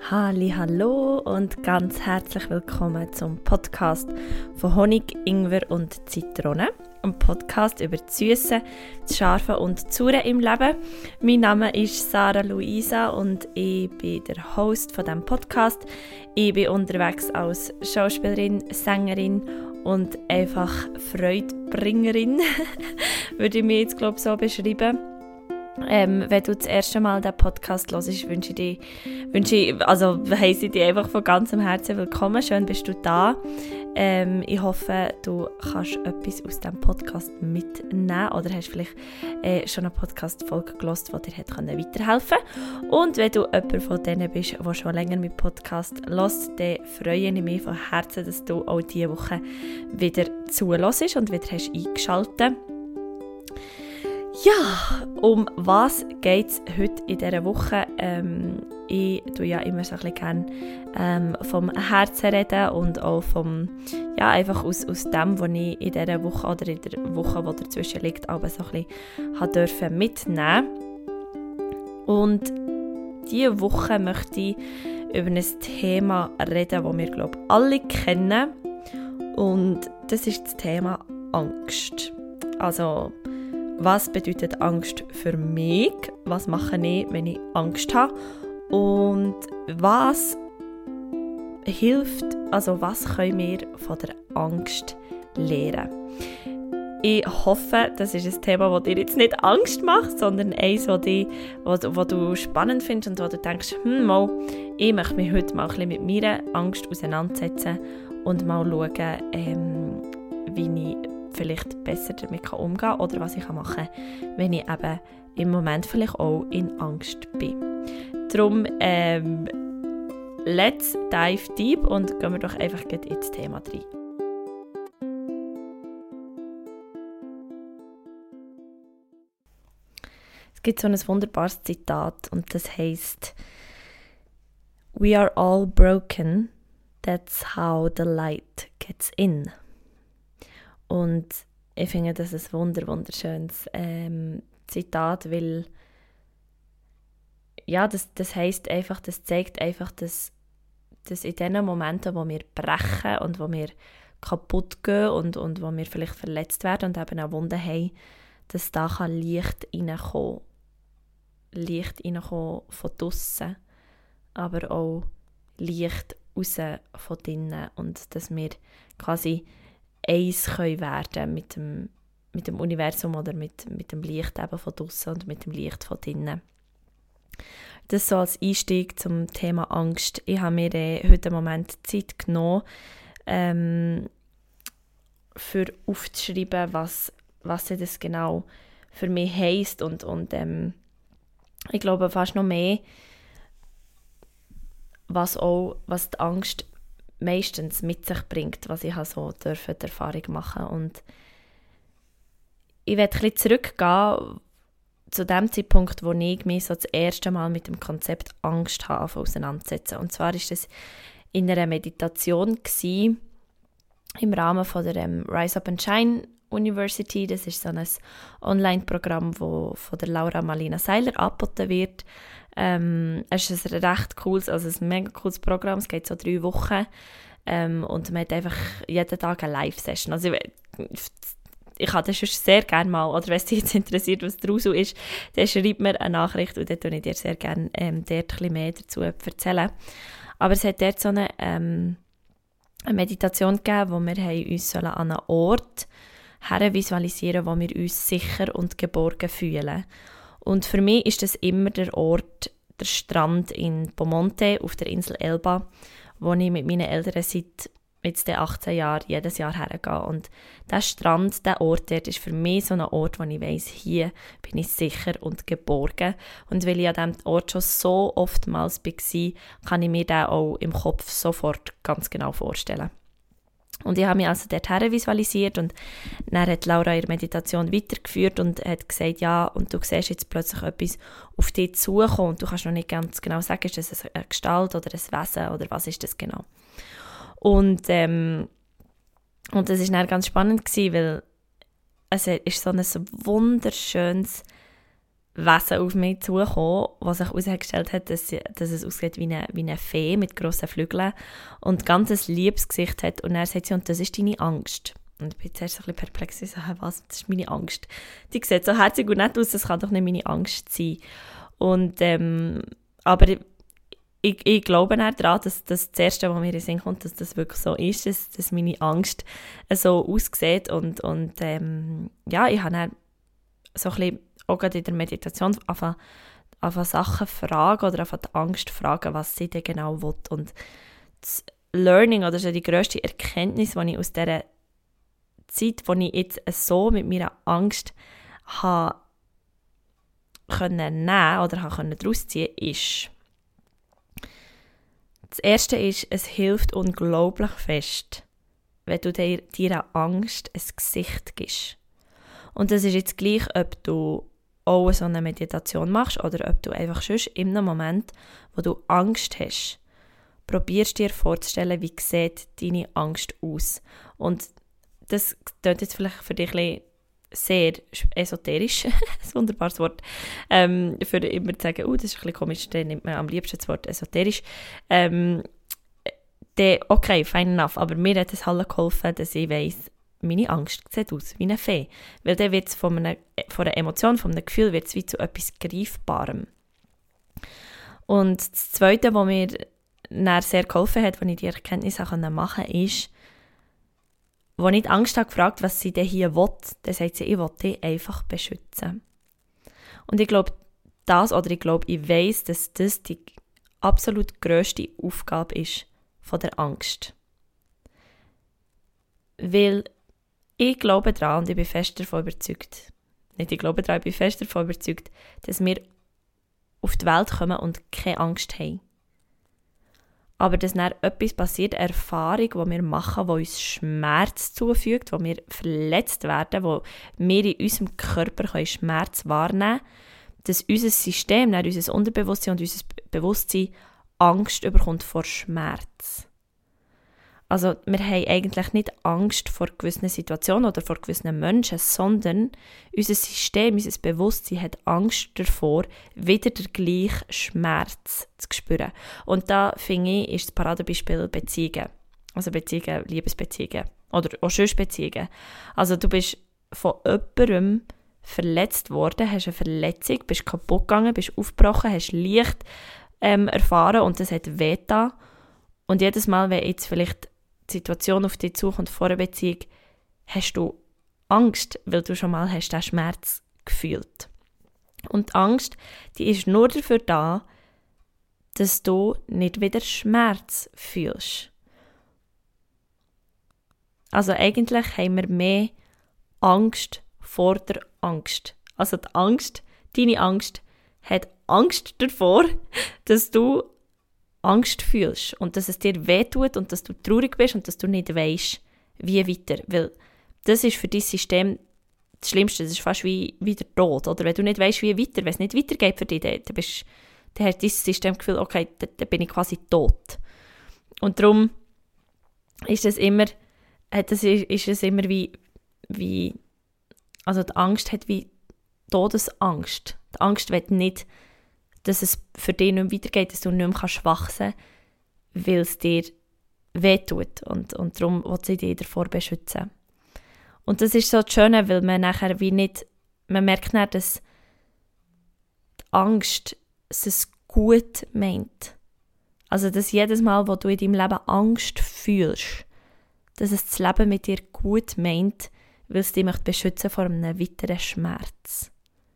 Hallo und ganz herzlich willkommen zum Podcast von Honig, Ingwer und Zitrone. Ein Podcast über das Süsse, das Scharfe und das Saure im Leben. Mein Name ist Sarah Luisa und ich bin der Host von diesem Podcast. Ich bin unterwegs als Schauspielerin, Sängerin und einfach Freudbringerin, würde ich mich jetzt glaube ich so beschreiben. Wenn du das erste Mal diesen Podcast hörst, heisse ich dich einfach von ganzem Herzen willkommen. Schön bist du da. Ich hoffe, du kannst etwas aus diesem Podcast mitnehmen oder hast vielleicht schon eine Podcast-Folge gehört, die dir weiterhelfen konnte. Und wenn du jemand von denen bist, der schon länger meinen Podcast hört, dann freue ich mich von Herzen, dass du auch diese Woche wieder zuhörst und wieder hast eingeschaltet. Ja, um was geht es heute in dieser Woche? Ich tue ja immer so ein bisschen gerne vom Herzen reden und auch einfach aus dem, was ich in dieser Woche oder in der Woche, die dazwischen liegt, aber so ein bisschen mitnehmen durfte. Und diese Woche möchte ich über ein Thema reden, das wir, glaube ich, alle kennen. Und das ist das Thema Angst. Also, was bedeutet Angst für mich? Was mache ich, wenn ich Angst habe? Und was hilft, also was können wir von der Angst lernen? Ich hoffe, das ist ein Thema, das dir jetzt nicht Angst macht, sondern eins, was du spannend findest und wo du denkst, ich möchte mich heute mal ein bisschen mit meiner Angst auseinandersetzen und mal schauen, wie ich vielleicht besser damit umgehen kann oder was ich machen kann, wenn ich eben im Moment vielleicht auch in Angst bin. Darum, let's dive deep und gehen wir doch einfach ins Thema rein. Es gibt so ein wunderbares Zitat und das heisst: "We are all broken, that's how the light gets in." Und ich finde, das ist ein wunderschönes Zitat, weil ja, das heisst einfach, das zeigt einfach, dass in den Momenten, wo wir brechen und wo wir kaputt gehen und wo wir vielleicht verletzt werden und eben auch Wunden haben, dass da Licht reinkommen von draussen, aber auch Licht raus von drinnen und dass wir quasi eins können werden mit dem Universum oder mit dem Licht eben von draussen und mit dem Licht von drinnen. Das so als Einstieg zum Thema Angst. Ich habe mir heute einen Moment Zeit genommen, für aufzuschreiben, was das genau für mich heisst und ich glaube fast noch mehr, was die Angst meistens mit sich bringt, was ich so die Erfahrung machen. Und ich werde ein bisschen zurückgehen zu dem Zeitpunkt, wo ich mich so das erste Mal mit dem Konzept Angst habe auseinandersetzen. Und zwar war das in einer Meditation gewesen, im Rahmen von der Rise Up and Shine University. Das ist so ein Online-Programm, das von der Laura Marlina Seiler angeboten wird. Es ist ein recht cooles, also ein mega cooles Programm. Es geht so 3 Wochen und man hat einfach jeden Tag eine Live-Session. Also ich kann das schon sehr gerne mal, oder wenn es dich jetzt interessiert, was daraus ist, dann schreib mir eine Nachricht und dann erzähle ich dir sehr gerne dort ein bisschen mehr dazu erzählen. Aber es hat dort so eine Meditation gegeben, wo wir uns an einen Ort visualisieren, wo wir uns sicher und geborgen fühlen. Und für mich ist das immer der Ort, der Strand in Beaumonte auf der Insel Elba, wo ich mit meinen Eltern seit jetzt 18 Jahren jedes Jahr hergehe. Und der Strand, der Ort dort, ist für mich so ein Ort, wo ich weiss, hier bin ich sicher und geborgen. Und weil ich an diesem Ort schon so oftmals war, kann ich mir den auch im Kopf sofort ganz genau vorstellen. Und ich habe mich also dorthin visualisiert und dann hat Laura ihre Meditation weitergeführt und hat gesagt, ja, und du siehst jetzt plötzlich etwas auf dich zukommen und du kannst noch nicht ganz genau sagen, ist das eine Gestalt oder ein Wesen oder was ist das genau. Und das war dann ganz spannend gewesen, weil es ist so ein wunderschönes Wesen auf mich zugekommen, was sich herausgestellt hat, dass es aussieht wie eine Fee mit grossen Flügeln und ganz ein liebes Gesicht hat. Und er sagt sie, und das ist deine Angst. Und ich bin zuerst so ein bisschen perplex, ich so, was, das ist meine Angst. Die sieht so herzig und nett aus, das kann doch nicht meine Angst sein. Und, aber ich glaube nicht daran, dass das Erste, was mir in den Sinn kommt, dass das wirklich so ist, dass meine Angst so aussieht. Und ja, ich habe dann so ein bisschen auch gerade in der Meditation anfangen Sachen fragen oder einfach die Angst fragen, was sie denn genau will. Und das Learning oder so die grösste Erkenntnis, die ich aus dieser Zeit, wo ich jetzt so mit meiner Angst habe können nehmen oder habe können daraus ziehen, ist: Das Erste ist, es hilft unglaublich fest, wenn du deiner Angst ein Gesicht gibst. Und das ist jetzt gleich, ob du auch so eine Meditation machst oder ob du einfach schon in einem Moment, wo du Angst hast, probierst dir vorzustellen, wie sieht deine Angst aus. Und das klingt jetzt vielleicht für dich ein bisschen sehr esoterisch, ein wunderbares Wort, für immer zu sagen, das ist ein bisschen komisch, dann nimmt man am liebsten das Wort esoterisch. Okay, fine enough, aber mir hat es halt geholfen, dass ich weiss, meine Angst sieht aus wie eine Fee. Weil dann wird es von einer Emotion, von einem Gefühl, wird es wie zu etwas Greifbarem. Und das Zweite, was mir dann sehr geholfen hat, als ich die Erkenntnis machen konnte, ist, als ich die Angst habe gefragt, was sie denn hier will, dann sagt sie, ich will dich einfach beschützen. Und ich glaube, ich weiss, dass das die absolut grösste Aufgabe ist von der Angst. Weil ich glaube daran und ich bin fest davon überzeugt, ich bin fest davon überzeugt, dass wir auf die Welt kommen und keine Angst haben. Aber dass dann etwas passiert, eine Erfahrung, die wir machen, die uns Schmerz zufügt, wo wir verletzt werden, wo wir in unserem Körper Schmerz wahrnehmen können, dass unser System, unser Unterbewusstsein und unser Bewusstsein Angst bekommt vor Schmerz. Also wir haben eigentlich nicht Angst vor gewissen Situationen oder vor gewissen Menschen, sondern unser System, unser Bewusstsein hat Angst davor, wieder den gleichen Schmerz zu spüren. Und da, finde ich, ist das Paradebeispiel Beziehungen. Also Beziehungen, Liebesbeziehungen oder auch sonst Beziehungen. Also du bist von jemandem verletzt worden, hast eine Verletzung, bist kaputt gegangen, bist aufgebrochen, hast Licht erfahren und das hat wehgetan. Und jedes Mal, wenn jetzt vielleicht die Situation auf dich zukommt vor einer Beziehung, hast du Angst, weil du schon mal hast den Schmerz gefühlt. Und die Angst, die ist nur dafür da, dass du nicht wieder Schmerz fühlst. Also eigentlich haben wir mehr Angst vor der Angst. Also die Angst, deine Angst, hat Angst davor, dass du Angst fühlst und dass es dir wehtut und dass du traurig bist und dass du nicht weisst, wie weiter. Weil das ist für dein System das Schlimmste, das ist fast wie der Tod. Oder wenn du nicht weisst, wie weiter, wenn es nicht weitergeht für dich, dann hat dein System das Gefühl, okay, dann bin ich quasi tot. Und darum ist es immer, wie also die Angst hat wie Todesangst. Die Angst will nicht, dass es für dich nicht mehr weitergeht, dass du nicht mehr wachsen kannst, weil es dir wehtut. Und darum will sie dich davor beschützen. Und das ist so das Schöne, weil man nachher wie nicht, man merkt nicht, dass die Angst es gut meint. Also, dass jedes Mal, wo du in deinem Leben Angst fühlst, dass es das Leben mit dir gut meint, weil es dich beschützen vor einem weiteren Schmerz.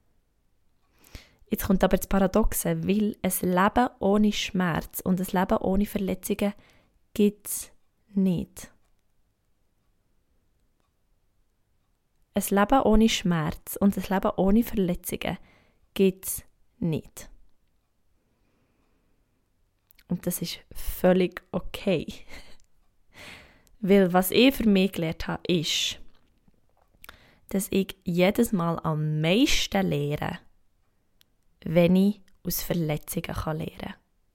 Jetzt kommt aber das Paradoxe, weil ein Leben ohne Schmerz und ein Leben ohne Verletzungen gibt es nicht. Ein Leben ohne Schmerz und ein Leben ohne Verletzungen gibt es nicht. Und das ist völlig okay. Weil was ich für mich gelernt habe, ist, dass ich jedes Mal am meisten lerne, wenn ich aus Verletzungen lernen kann.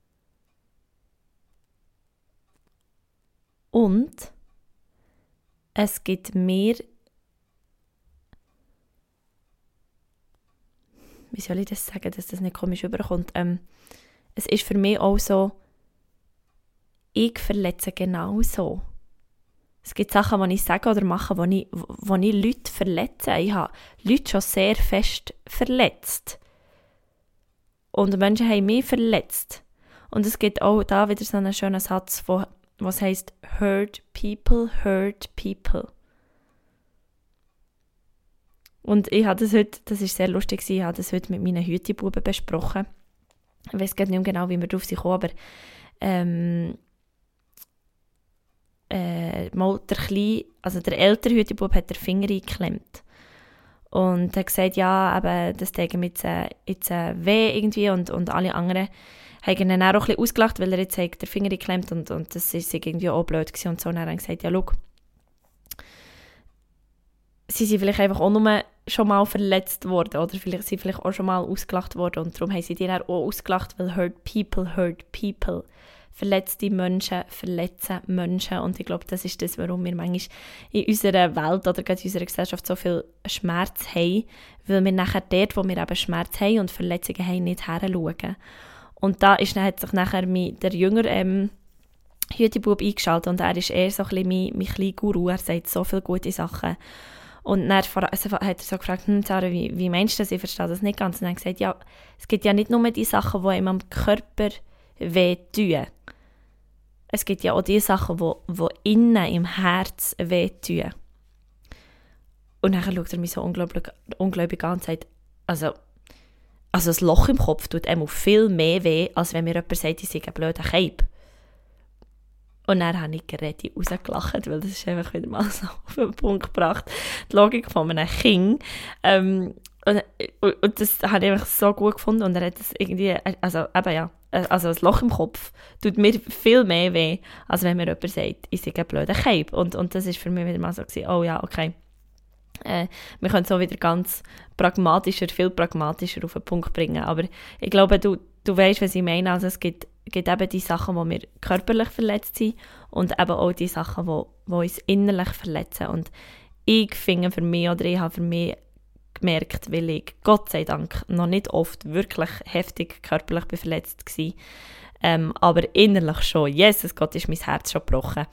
Und es gibt mir, wie soll ich das sagen, dass das nicht komisch rüberkommt, es ist für mich auch so, ich verletze genauso. Es gibt Sachen, die ich sage oder mache, wo ich Leute verletze. Ich habe Leute schon sehr fest verletzt. Und Menschen haben mich verletzt. Und es gibt auch da wieder so einen schönen Satz, was heisst, hurt people, hurt people. Und ich habe das heute, das ist sehr lustig, ich habe das heute mit meinen Hütebuben besprochen. Ich weiß gar nicht mehr genau, wie wir drauf sind gekommen, aber mal der ältere Hütebub hat den Finger eingeklemmt. Und hat gesagt, ja, eben, das tut mir jetzt weh irgendwie. Und alle anderen haben ihn dann auch ein bisschen ausgelacht, weil er jetzt den Finger eingeklemmt und das ist irgendwie auch blöd gewesen. Und so. Und dann haben sie gesagt, ja, schau, sie sind vielleicht einfach auch nur schon mal verletzt worden oder sind vielleicht auch schon mal ausgelacht worden. Und darum haben sie die dann auch ausgelacht, weil hurt people. Verletzte Menschen verletzen Menschen. Und ich glaube, das ist das, warum wir manchmal in unserer Welt oder gerade in unserer Gesellschaft so viel Schmerz haben, weil wir nachher dort, wo wir eben Schmerz haben und Verletzungen haben, nicht hinschauen. Und da hat sich nachher der jüngere Hütebub eingeschaltet und er ist eher so ein bisschen mein kleiner Guru, er sagt so viele gute Sachen. Und dann hat er so gefragt, Sarah, wie meinst du das? Ich verstehe das nicht ganz. Und dann hat er gesagt, ja, es gibt ja nicht nur die Sachen, die einem am Körper wehtun. Es gibt ja auch die Sachen, die innen im Herz wehtun. Und dann schaut er mich so ungläubig an und sagt, also das Loch im Kopf tut einem viel mehr weh, als wenn mir jemand sagt, ich sei ein blöder Keib. Und dann habe ich gerade rausgelacht, weil das ist einfach wieder mal so auf den Punkt gebracht. Die Logik von einem Kind. Und das habe ich einfach so gut gefunden. Und er hat das irgendwie, also das Loch im Kopf tut mir viel mehr weh, als wenn mir jemand sagt, ich sei ein blöder Keib. Und das ist für mich wieder mal so gewesen, oh ja, okay. Wir können es so wieder ganz viel pragmatischer auf den Punkt bringen. Aber ich glaube, du weißt, was ich meine. Also es gibt eben die Sachen, wo wir körperlich verletzt sind und eben auch die Sachen, wo uns innerlich verletzen. Und ich finde für mich, oder ich habe für mich gemerkt, weil ich, Gott sei Dank, noch nicht oft wirklich heftig körperlich verletzt war, aber innerlich schon. Jesus Gott, ist mein Herz schon gebrochen.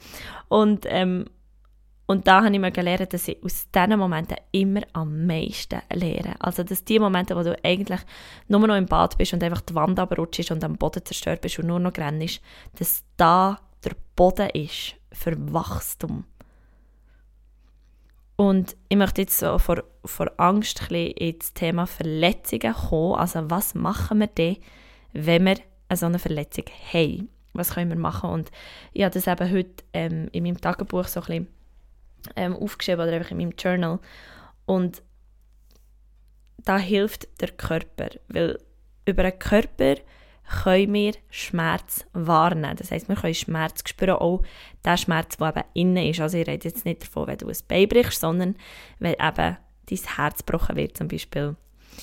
Und da habe ich mir gelernt, dass ich aus diesen Momenten immer am meisten lehre. Also, dass die Momente, wo du eigentlich nur noch im Bad bist und einfach die Wand runterrutschst und am Boden zerstört bist und nur noch rennst, dass da der Boden ist für Wachstum. Und ich möchte jetzt so vor Angst ein bisschen ins Thema Verletzungen kommen. Also, was machen wir denn, wenn wir so eine Verletzung haben? Was können wir machen? Und ich habe das eben heute in meinem Tagebuch so ein bisschen aufgeschrieben oder einfach in meinem Journal. Und da hilft der Körper, weil über den Körper können wir Schmerz wahrnehmen. Das heisst, wir können Schmerz spüren, auch den Schmerz, der eben innen ist. Also ich rede jetzt nicht davon, wenn du ein Bein brichst, sondern wenn eben dein Herz gebrochen wird zum Beispiel.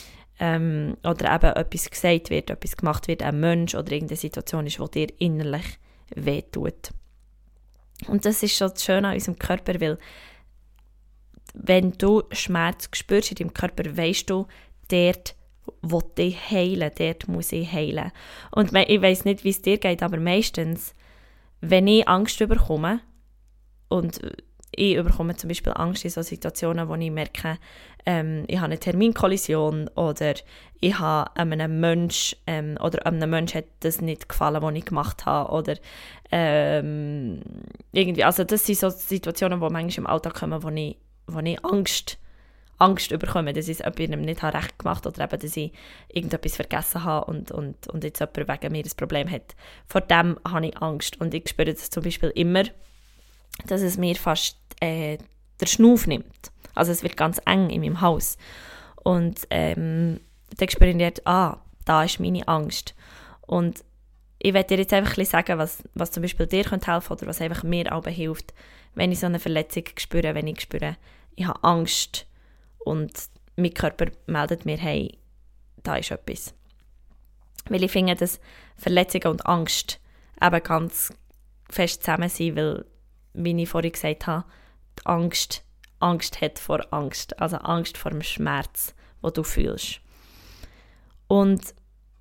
Oder eben etwas gesagt wird, etwas gemacht wird, ein Mensch oder irgendeine Situation ist, die dir innerlich wehtut. Und das ist schon das Schöne an unserem Körper, weil wenn du Schmerz spürst in deinem Körper, weisst du, dort will ich heilen, dort muss ich heilen. Und ich weiss nicht, wie es dir geht, aber meistens, wenn ich Angst bekomme, und ich bekomme zum Beispiel Angst in so Situationen, wo ich merke, ich habe eine Terminkollision oder ich habe einem Menschen hat das nicht gefallen, was ich gemacht habe oder irgendwie, also das sind so Situationen, die manchmal im Alltag kommen, wo ich Angst bekomme, dass ich es jemandem nicht recht gemacht habe oder eben, dass ich irgendetwas vergessen habe und jetzt jemand wegen mir ein Problem hat. Vor dem habe ich Angst und ich spüre das zum Beispiel immer, dass es mir fast der Schnauf nimmt. Also es wird ganz eng in meinem Haus. Und dann spüre ich jetzt, da ist meine Angst. Und ich werde dir jetzt einfach ein bisschen sagen, was zum Beispiel dir helfen könnte oder was einfach mir auch hilft, wenn ich so eine Verletzung spüre, wenn ich spüre, ich habe Angst und mein Körper meldet mir, hey, da ist etwas. Weil ich finde, dass Verletzungen und Angst eben ganz fest zusammen sind, weil, wie ich vorhin gesagt habe, die Angst hat vor Angst. Also Angst vor dem Schmerz, den du fühlst. Und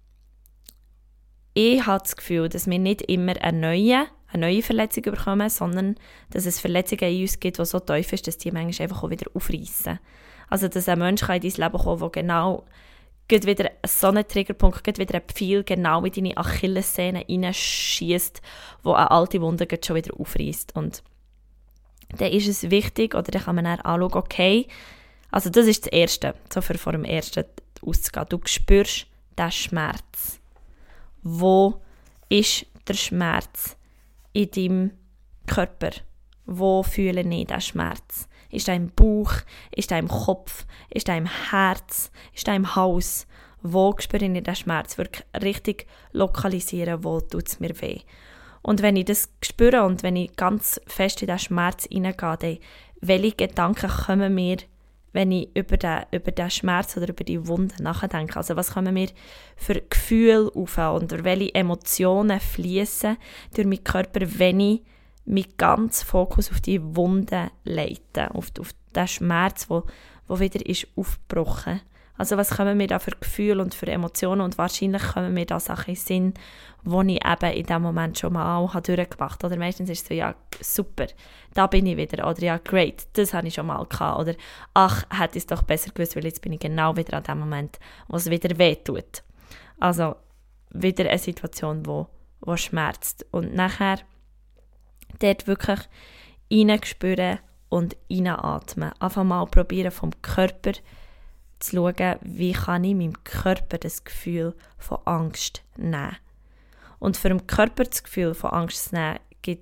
ich habe das Gefühl, dass wir nicht immer eine neue Verletzung bekommen, sondern dass es Verletzungen in uns gibt, die so tief sind, dass die manchmal einfach auch wieder aufreissen. Also dass ein Mensch in dein Leben kommen kann, der genau wieder so einen Triggerpunkt, wieder ein Pfeil genau in deine Achillessehne reinschießt, wo eine alte Wunde schon wieder aufreißt. Und dann ist es wichtig, oder dann kann man dann anschauen, okay, also das ist das Erste, so für vor dem Ersten auszugehen. Du spürst den Schmerz. Wo ist der Schmerz in deinem Körper? Wo fühle ich diesen Schmerz? Ist er im Bauch? Ist er im Kopf? Ist er im Herz? Ist er im Hals? Wo spüre ich den Schmerz? Wirklich richtig lokalisieren, wo tut es mir weh. Und wenn ich das spüre und wenn ich ganz fest in diesen Schmerz hineingehe, dann welche Gedanken kommen mir, wenn ich über den Schmerz oder über die Wunde nachdenke? Also was kommen mir für Gefühle auf und welche Emotionen fließen durch meinen Körper, wenn ich meinen ganzen Fokus auf die Wunde leite, auf den Schmerz, wo wieder ist aufgebrochen. Also was kommen mir da für Gefühle und für Emotionen, und wahrscheinlich kommen mir da Sachen in den Sinn, die ich eben in dem Moment schon mal auch durchgemacht habe. Oder meistens ist es so, ja, super, da bin ich wieder. Oder ja, great, das habe ich schon mal gehabt. Oder ach, hätte ich es doch besser gewusst, weil jetzt bin ich genau wieder an dem Moment, wo es wieder weh tut. Also wieder eine Situation, wo schmerzt. Und nachher dort wirklich reinspüren und reinatmen. Einfach mal probieren, vom Körper zu schauen, wie kann ich meinem Körper das Gefühl von Angst nehmen. Und für den Körper das Gefühl von Angst zu nehmen, gibt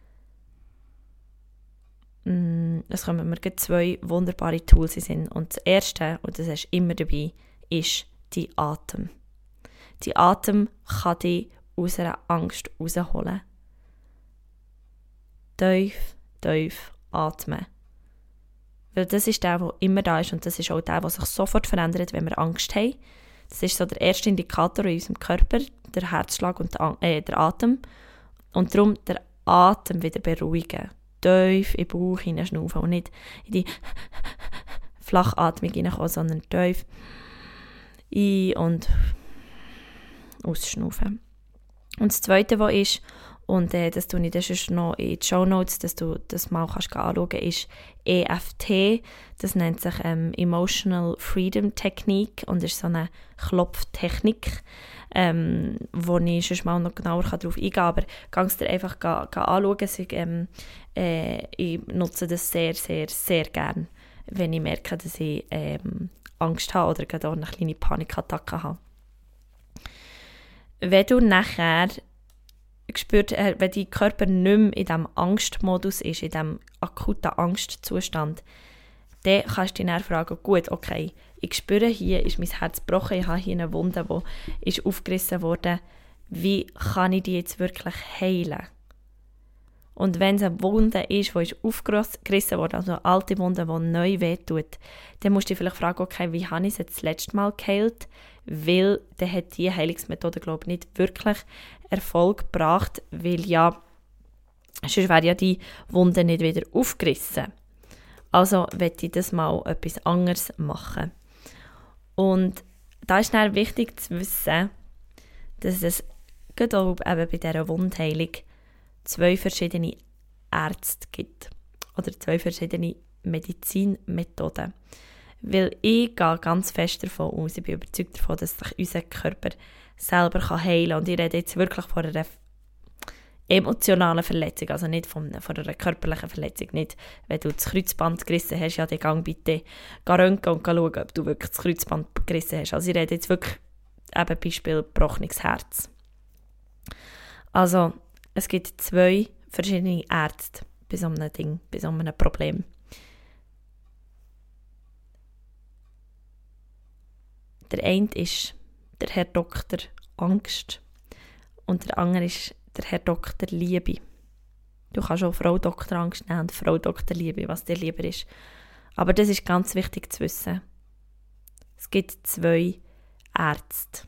es kommen mir 2 wunderbare Tools in den Sinn. Und das erste, und das hast du immer dabei, ist die Atem. Die Atem kann dich aus einer Angst rausholen. Tief, tief atmen. Weil das ist der immer da ist, und das ist auch der sich sofort verändert, wenn wir Angst haben. Das ist so der erste Indikator in unserem Körper, der Herzschlag und der Atem. Und darum der Atem wieder beruhigen. Tief in den Bauch hineinschnaufen und nicht in die Flachatmung hineinkommen, sondern tief ein- und ausschnaufen. Und das Zweite, was ist, und das tue ich dann noch in die Shownotes, dass du das mal anschauen kannst, ist EFT. Das nennt sich Emotional Freedom Technique und ist so eine Klopftechnik, wo ich schon mal noch genauer darauf eingehen kann. Aber kannst dir einfach anschauen. Ich nutze das sehr, sehr, sehr gerne, wenn ich merke, dass ich Angst habe oder gerade auch eine kleine Panikattacke habe. Wenn du nachher spürt, wenn dein Körper nicht mehr in diesem Angstmodus ist, in diesem akuten Angstzustand, dann kannst du dich dann fragen, gut, okay, ich spüre, hier ist mein Herz gebrochen, ich habe hier eine Wunde, die ist aufgerissen worden. Wie kann ich die jetzt wirklich heilen? Und wenn es eine Wunde ist, die ist aufgerissen wurde, also eine alte Wunde, die neu wehtut, dann musst du dich vielleicht fragen, okay, wie habe ich es jetzt das letzte Mal geheilt? Weil dann hat diese Heilungsmethode, glaube ich, nicht wirklich Erfolg gebracht, weil ja, sonst wäre ja die Wunde nicht wieder aufgerissen. Also möchte ich das mal etwas anderes machen. Und da ist dann wichtig zu wissen, dass es gerade auch eben bei dieser Wundheilung 2 verschiedene Ärzte gibt. Oder 2 verschiedene Medizinmethoden. Weil ich gehe ganz fest davon aus, ich bin überzeugt davon, dass sich unser Körper selber heilen kann. Und ich rede jetzt wirklich von einer emotionalen Verletzung, also nicht von einer körperlichen Verletzung. Nicht, wenn du das Kreuzband gerissen hast, ja, dann gang bitte röntgen und schauen, ob du wirklich das Kreuzband gerissen hast. Also ich rede jetzt wirklich, eben Beispiel gebrochenes Herz. Also es gibt 2 verschiedene Ärzte bei so einem Ding, bei so einem Problem. Der eine ist der Herr Doktor Angst und der andere ist der Herr Doktor Liebe. Du kannst auch Frau Doktor Angst nehmen und Frau Doktor Liebe, was dir lieber ist. Aber das ist ganz wichtig zu wissen. Es gibt 2 Ärzte.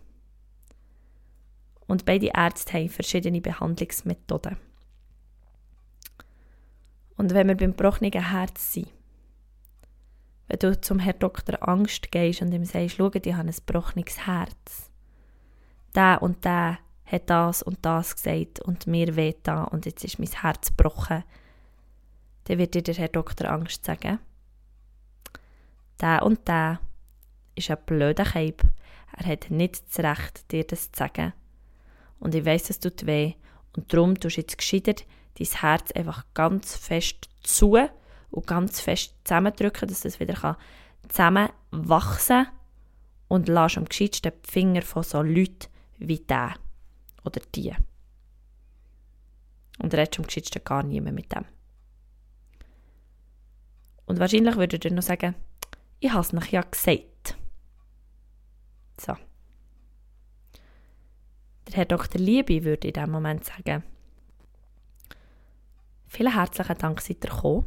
Und beide Ärzte haben verschiedene Behandlungsmethoden. Und wenn wir beim gebrochenen Herz sind, wenn du zum Herr Doktor Angst gehst und ihm sagst, schau, ich habe ein gebrochenes Herz. Der und der hat das und das gesagt und mir weht da und jetzt ist mein Herz gebrochen. Dann wird dir der Herr Doktor Angst sagen, der und der ist ein blöder Keib. Er hat nicht das Recht, dir das zu sagen. Und ich weiss, es tut weh. Und darum tust du jetzt gescheiter dein Herz einfach ganz fest zu und ganz fest zusammendrücken, dass es wieder zusammenwachsen kann. Und lass am gescheitsten die Finger von so Leuten wie der oder die. Und redest am gescheitsten gar niemand mit dem. Und wahrscheinlich würde er noch sagen, ich habe es euch ja gesagt. So. Der Herr Dr. Liebe würde in diesem Moment sagen, vielen herzlichen Dank, seid ihr gekommen.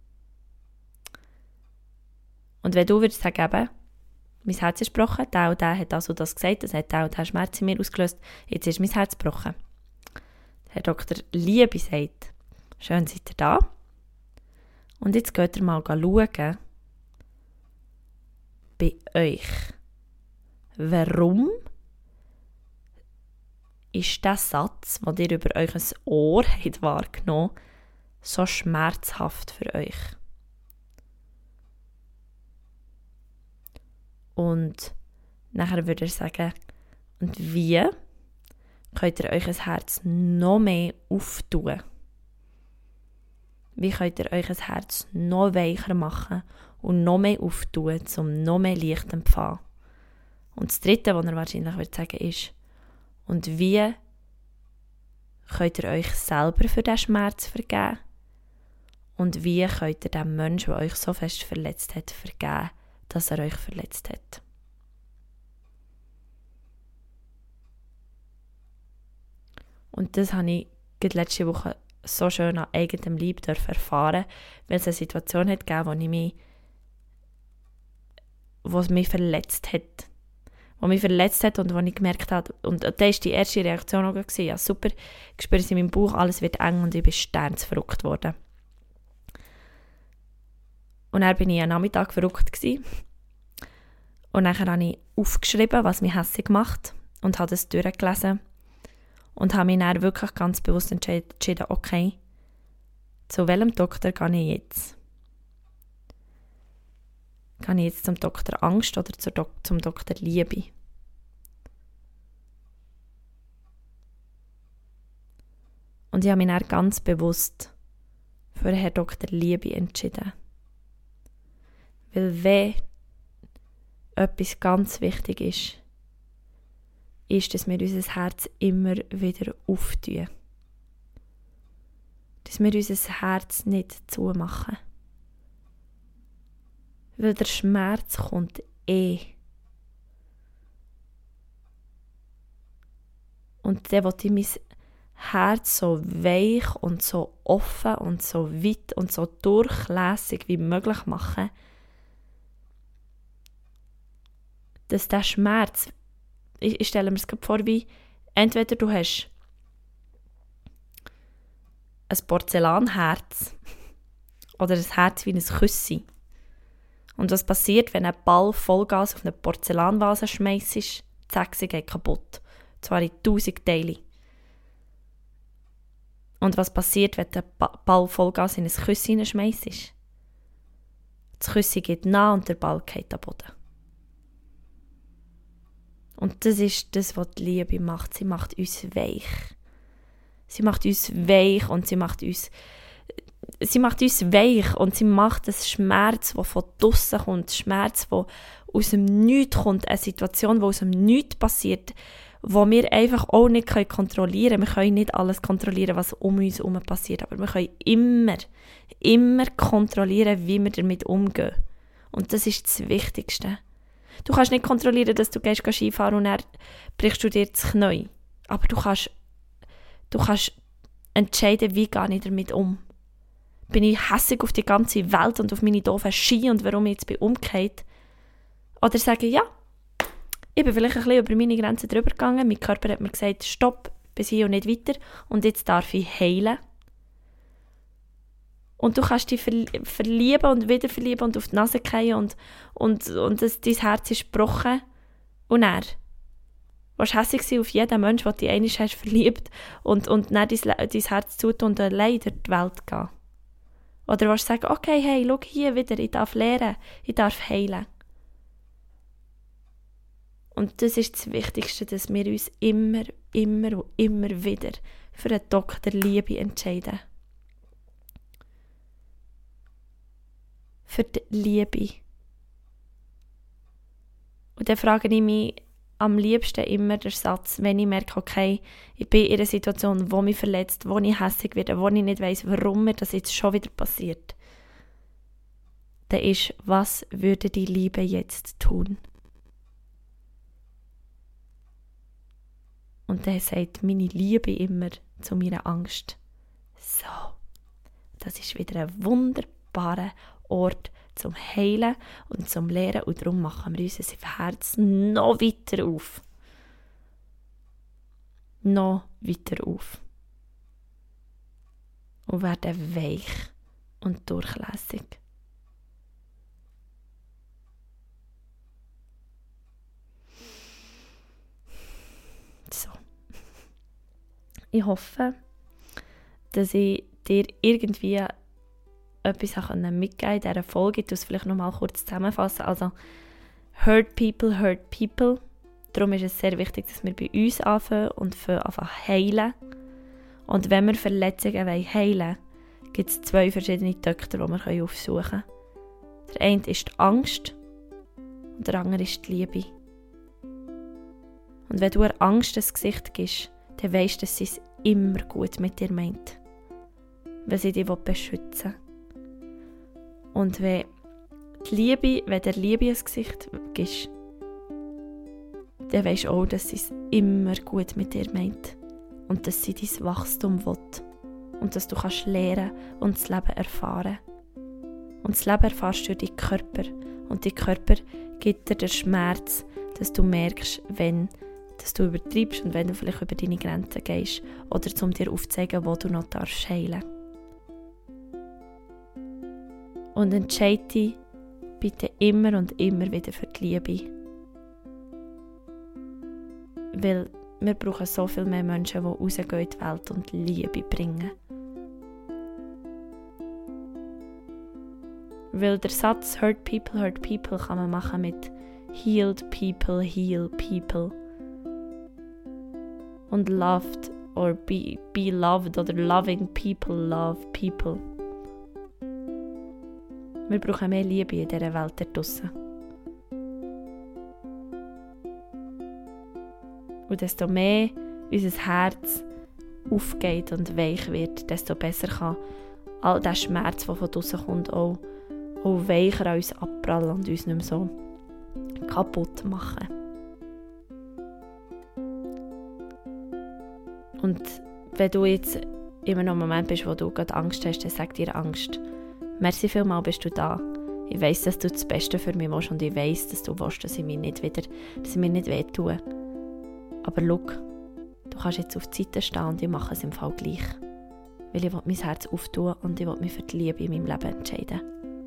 Und wenn du würdest sagen, eben, mein Herz ist gebrochen, der und der hat das und das gesagt, das hat der und der Schmerz in mir ausgelöst, jetzt ist mein Herz gebrochen. Der Herr Dr. Liebe sagt, schön seid ihr da. Und jetzt geht ihr mal schauen, bei euch. Warum ist der Satz, den ihr über euer Ohr habt wahrgenommen, so schmerzhaft für euch? Und nachher würde er sagen, und wie könnt ihr euch ein Herz noch mehr auftun? Wie könnt ihr euch ein Herz noch weicher machen und noch mehr auftun, um noch mehr Licht zu empfangen? Und das Dritte, was er wahrscheinlich wird sagen, ist, und wie könnt ihr euch selber für diesen Schmerz vergeben? Und wie könnt ihr dem Menschen, der euch so fest verletzt hat, vergeben, dass er euch verletzt hat? Und das habe ich letzte Woche so schön an eigenem Leib erfahren, weil es eine Situation hat gegeben, was mich verletzt hat. Was mich verletzt hat und wo ich gemerkt habe, und das war die erste Reaktion auch, ja super, ich spüre es in meinem Bauch, alles wird eng und ich bin sternsverrückt worden. Und dann war ich am Nachmittag verrückt gewesen. Und dann habe ich aufgeschrieben, was mich hässlich macht und habe das durchgelesen und habe mich dann wirklich ganz bewusst entschieden, okay, zu welchem Doktor gehe ich jetzt? Gehe ich jetzt zum Doktor Angst oder zum Doktor Liebe? Und ich habe mich dann ganz bewusst für Herrn Doktor Liebe entschieden. Weil wenn etwas ganz wichtig ist, dass wir unser Herz immer wieder auftun. Dass wir unser Herz nicht zumachen. Weil der Schmerz kommt Und dann will ich mein Herz so weich und so offen und so weit und so durchlässig wie möglich machen, dass der Schmerz, ich stelle mir es vor, wie entweder du hast ein Porzellanherz oder ein Herz wie ein Küssi. Und was passiert, wenn ein Ball Vollgas auf eine Porzellanvase schmeissest? Zack, sie geht kaputt. Zwar in 1000 Teile. Und was passiert, wenn der Ball Vollgas in ein Küssi hineinschmeissest? Das Küssi geht nach und der Ball geht am Boden. Und das ist das, was die Liebe macht. Sie macht uns weich. Sie macht uns weich und sie macht uns weich und sie macht das Schmerz, der von draussen kommt, Schmerz, der aus dem Nichts kommt, eine Situation, die aus dem Nichts passiert, wo wir einfach auch nicht kontrollieren können. Wir können nicht alles kontrollieren, was um uns herum passiert, aber wir können immer kontrollieren, wie wir damit umgehen. Und das ist das Wichtigste. Du kannst nicht kontrollieren, dass du gehst Skifahren und dann brichst du dir das Knie. Aber du kannst entscheiden, wie gehe ich damit um. Bin ich hässig auf die ganze Welt und auf meine doofen Ski und warum ich jetzt bin umgekehrt? Oder sage, ja, ich bin vielleicht ein bisschen über meine Grenzen drüber gegangen. Mein Körper hat mir gesagt, stopp, bis hier und nicht weiter. Und jetzt darf ich heilen. Und du kannst dich verlieben und wieder verlieben und auf die Nase fallen und dein Herz ist gebrochen. Und dann warst du hässlich auf jeden Menschen, den du einmal hast verliebt und dann dein Herz zutun und allein durch die Welt gehen. Oder willst du sagen, okay, hey, schau hier wieder, ich darf lernen, ich darf heilen. Und das ist das Wichtigste, dass wir uns immer wieder für einen Tag der Liebe entscheiden. Für die Liebe. Und dann frage ich mich am liebsten immer den Satz, wenn ich merke, okay, ich bin in einer Situation, die mich verletzt, wo ich hässig werde, wo ich nicht weiss, warum mir das jetzt schon wieder passiert. Dann ist, was würde die Liebe jetzt tun? Und dann sagt meine Liebe immer zu meiner Angst, so, das ist wieder ein wunderbarer Ort zum Heilen und zum Lehren und darum machen wir unser Herz noch weiter auf. Noch weiter auf. Und werden weich und durchlässig. So. Ich hoffe, dass ich dir irgendwie etwas mitgeben in dieser Folge. Ich tue es vielleicht noch mal kurz zusammenfassen. Also, hurt people. Darum ist es sehr wichtig, dass wir bei uns anfangen und heilen. Und wenn wir Verletzungen heilen wollen, gibt es 2 verschiedene Töchter, die wir aufsuchen können. Der eine ist die Angst und der andere ist die Liebe. Und wenn du der Angst das Gesicht gibst, dann weisst du, dass sie es immer gut mit dir meint. Weil sie dich beschützen will. Und wenn der Liebe ein Gesicht gibst, dann weisst du auch, dass sie es immer gut mit dir meint. Und dass sie dein Wachstum will. Und dass du kannst lernen und das Leben erfahren. Und das Leben erfährst du durch deinen Körper. Und dein Körper gibt dir den Schmerz, dass du merkst, wenn dass du übertreibst und wenn du vielleicht über deine Grenzen gehst. Oder um dir aufzuzeigen, wo du noch darfst heilen. Und entscheide dich bitte immer und immer wieder für die Liebe. Weil wir brauchen so viel mehr Menschen, die rausgehen in die Welt und Liebe bringen. Weil der Satz hurt people kann man machen mit healed people, heal people. Und loved or be loved oder loving people, love people. Wir brauchen mehr Liebe in dieser Welt da draussen. Und desto mehr unser Herz aufgeht und weich wird, desto besser kann all der Schmerz, der von draussen kommt, auch weicher an uns abprallen und uns nicht mehr so kaputt machen. Und wenn du jetzt immer noch einen Moment bist, wo du gerade Angst hast, dann sag dir Angst. Merci vielmals, bist du da. Ich weiss, dass du das Beste für mich willst und ich weiss, dass du willst, dass ich mir nicht wehtue. Aber schau, du kannst jetzt auf die Seite stehen und ich mache es im Fall gleich. Weil ich will mein Herz auftun und ich will mich für die Liebe in meinem Leben entscheiden.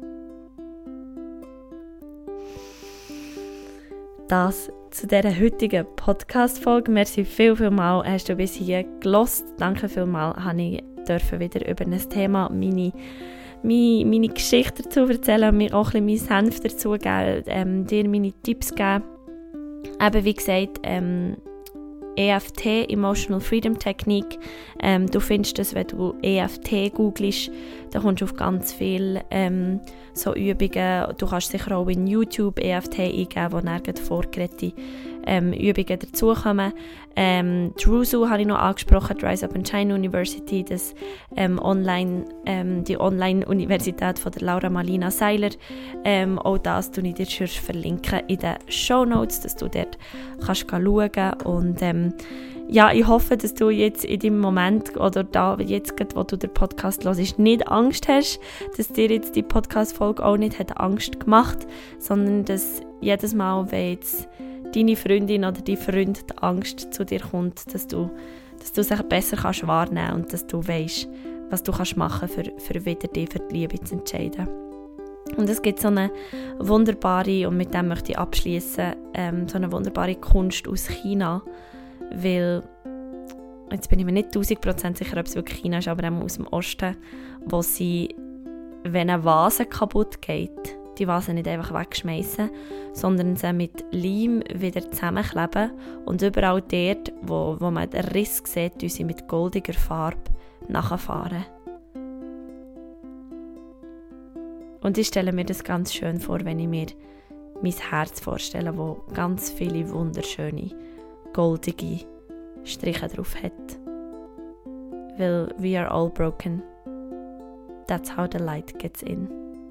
Das zu dieser heutigen Podcast-Folge. Merci vielmals, hast du bis hier gehört. Danke vielmals, durfte ich wieder über ein Thema meine Geschichte dazu erzählen, mir auch ein bisschen meinen Senf dazu geben, dir meine Tipps geben. Eben wie gesagt, EFT, Emotional Freedom Technique. Du findest das, wenn du EFT googelst, da kommst du auf ganz viele so Übungen. Du kannst sicher auch in YouTube EFT eingeben, wo nirgends vorgeredete Übungen dazukommen. Die RUSU habe ich noch angesprochen, die Rise Up and Shine University, das die Online-Universität von der Laura Marlina Seiler. Auch das verlinke ich dir verlinken in den Shownotes, dass du dort kannst schauen kannst. Und ja, ich hoffe, dass du jetzt in dem Moment oder da jetzt, wo du den Podcast hörst, nicht Angst hast, dass dir jetzt die Podcast-Folge auch nicht hat Angst gemacht, sondern dass jedes Mal, wenn jetzt deine Freundin oder dein Freund die Angst zu dir kommt, dass du es besser kannst wahrnehmen und dass du weißt, was du kannst machen für wieder dich für die Liebe zu entscheiden. Und es gibt so eine wunderbare, und mit dem möchte ich abschließen, so eine wunderbare Kunst aus China, weil, jetzt bin ich mir nicht 1000% sicher, ob es wirklich China ist, aber auch aus dem Osten, wo sie, wenn eine Vase kaputt geht, die Vase nicht einfach wegschmeißen, sondern sie mit Leim wieder zusammenkleben und überall dort, wo man den Riss sieht, sie mit goldiger Farbe nachfahren. Und ich stelle mir das ganz schön vor, wenn ich mir mein Herz vorstelle, wo ganz viele wunderschöne, goldige Striche drauf hat. Weil we are all broken. That's how the light gets in.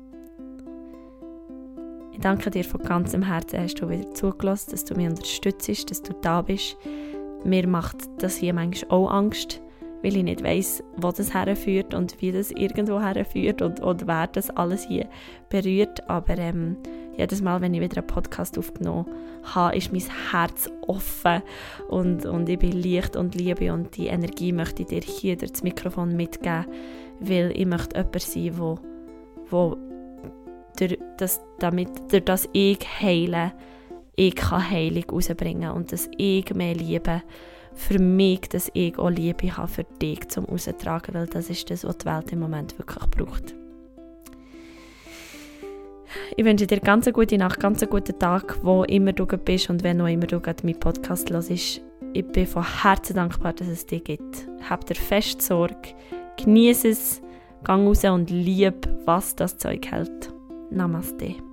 Ich danke dir von ganzem Herzen, hast du wieder zugelassen, dass du mich unterstützt, dass du da bist. Mir macht das hier manchmal auch Angst, weil ich nicht weiss, wo das herführt und wie das irgendwo herführt und wer das alles hier berührt. Aber jedes Mal, wenn ich wieder einen Podcast aufgenommen habe, ist mein Herz offen und ich bin leicht und liebe, und die Energie möchte ich dir hier durch das Mikrofon mitgeben, weil ich möchte jemand sein, wo durch das ich heile, ich kann Heilung rausbringen und dass ich mehr Liebe für mich, dass ich auch Liebe habe für dich zum Raustragen, weil das ist das, was die Welt im Moment wirklich braucht. Ich wünsche dir ganz eine gute Nacht, ganz einen guten Tag, wo immer du bist und wenn auch immer du meinen Podcast hörst. Ich bin von Herzen dankbar, dass es dich gibt. Hab dir fest Sorge, genieße es, geh raus und lieb, was das Zeug hält. Namaste.